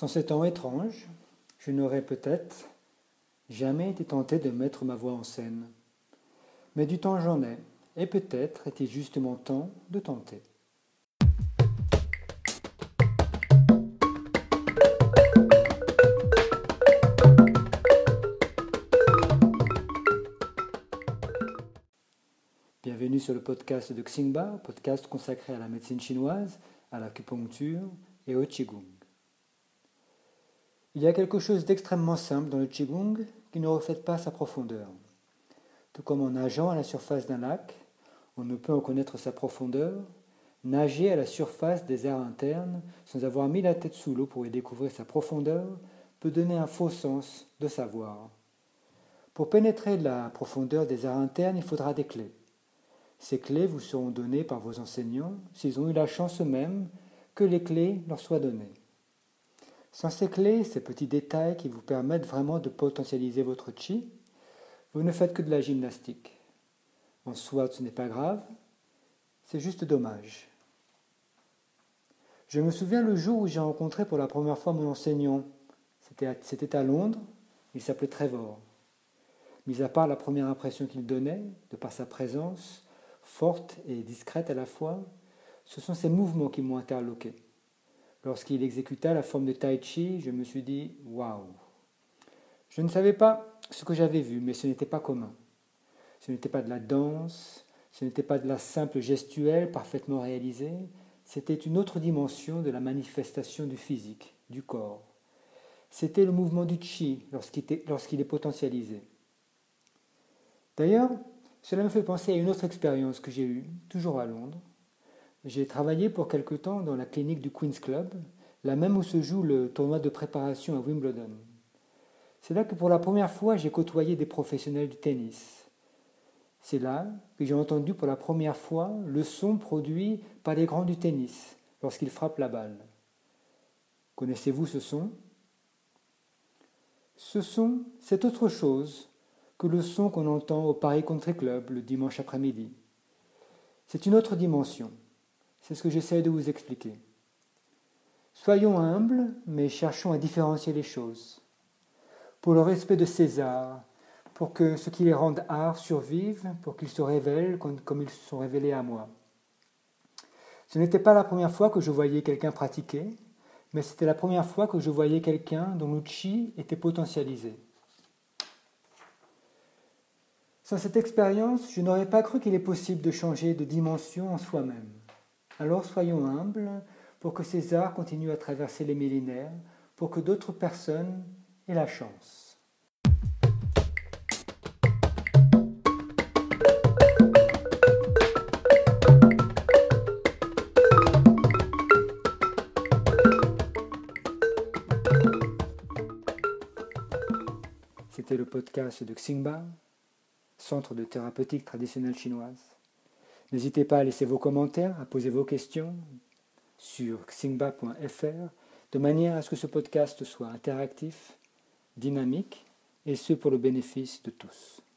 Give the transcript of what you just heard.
Sans ces temps étranges, je n'aurais peut-être jamais été tenté de mettre ma voix en scène. Mais du temps j'en ai, et peut-être est-il justement temps de tenter. Bienvenue sur le podcast de Xingba, podcast consacré à la médecine chinoise, à l'acupuncture et au Qigong. Il y a quelque chose d'extrêmement simple dans le Qigong qui ne reflète pas sa profondeur. Tout comme en nageant à la surface d'un lac, on ne peut en connaître sa profondeur. Nager à la surface des airs internes sans avoir mis la tête sous l'eau pour y découvrir sa profondeur peut donner un faux sens de savoir. Pour pénétrer la profondeur des airs internes, il faudra des clés. Ces clés vous seront données par vos enseignants s'ils ont eu la chance eux-mêmes que les clés leur soient données. Sans ces clés, ces petits détails qui vous permettent vraiment de potentialiser votre chi, vous ne faites que de la gymnastique. En soi, ce n'est pas grave, c'est juste dommage. Je me souviens le jour où j'ai rencontré pour la première fois mon enseignant. C'était à Londres, il s'appelait Trevor. Mis à part la première impression qu'il donnait, de par sa présence, forte et discrète à la fois, ce sont ses mouvements qui m'ont interloqué. Lorsqu'il exécuta la forme de Tai Chi, je me suis dit « Waouh !» Je ne savais pas ce que j'avais vu, mais ce n'était pas commun. Ce n'était pas de la danse, ce n'était pas de la simple gestuelle parfaitement réalisée, c'était une autre dimension de la manifestation du physique, du corps. C'était le mouvement du Qi lorsqu'il est potentialisé. D'ailleurs, cela me fait penser à une autre expérience que j'ai eue, toujours à Londres. J'ai travaillé pour quelque temps dans la clinique du Queen's Club, la même où se joue le tournoi de préparation à Wimbledon. C'est là que pour la première fois j'ai côtoyé des professionnels du tennis. C'est là que j'ai entendu pour la première fois le son produit par les grands du tennis lorsqu'ils frappent la balle. Connaissez-vous ce son ? Ce son, c'est autre chose que le son qu'on entend au Paris Country Club le dimanche après-midi. C'est une autre dimension. C'est ce que j'essaie de vous expliquer. Soyons humbles, mais cherchons à différencier les choses. Pour le respect de ces arts, pour que ce qui les rende art survive, pour qu'ils se révèlent comme ils se sont révélés à moi. Ce n'était pas la première fois que je voyais quelqu'un pratiquer, mais c'était la première fois que je voyais quelqu'un dont le chi était potentialisé. Sans cette expérience, je n'aurais pas cru qu'il est possible de changer de dimension en soi-même. Alors soyons humbles pour que ces arts continuent à traverser les millénaires, pour que d'autres personnes aient la chance. C'était le podcast de Xingba, Centre de thérapeutique traditionnelle chinoise. N'hésitez pas à laisser vos commentaires, à poser vos questions sur xingba.fr de manière à ce que ce podcast soit interactif, dynamique et ce pour le bénéfice de tous.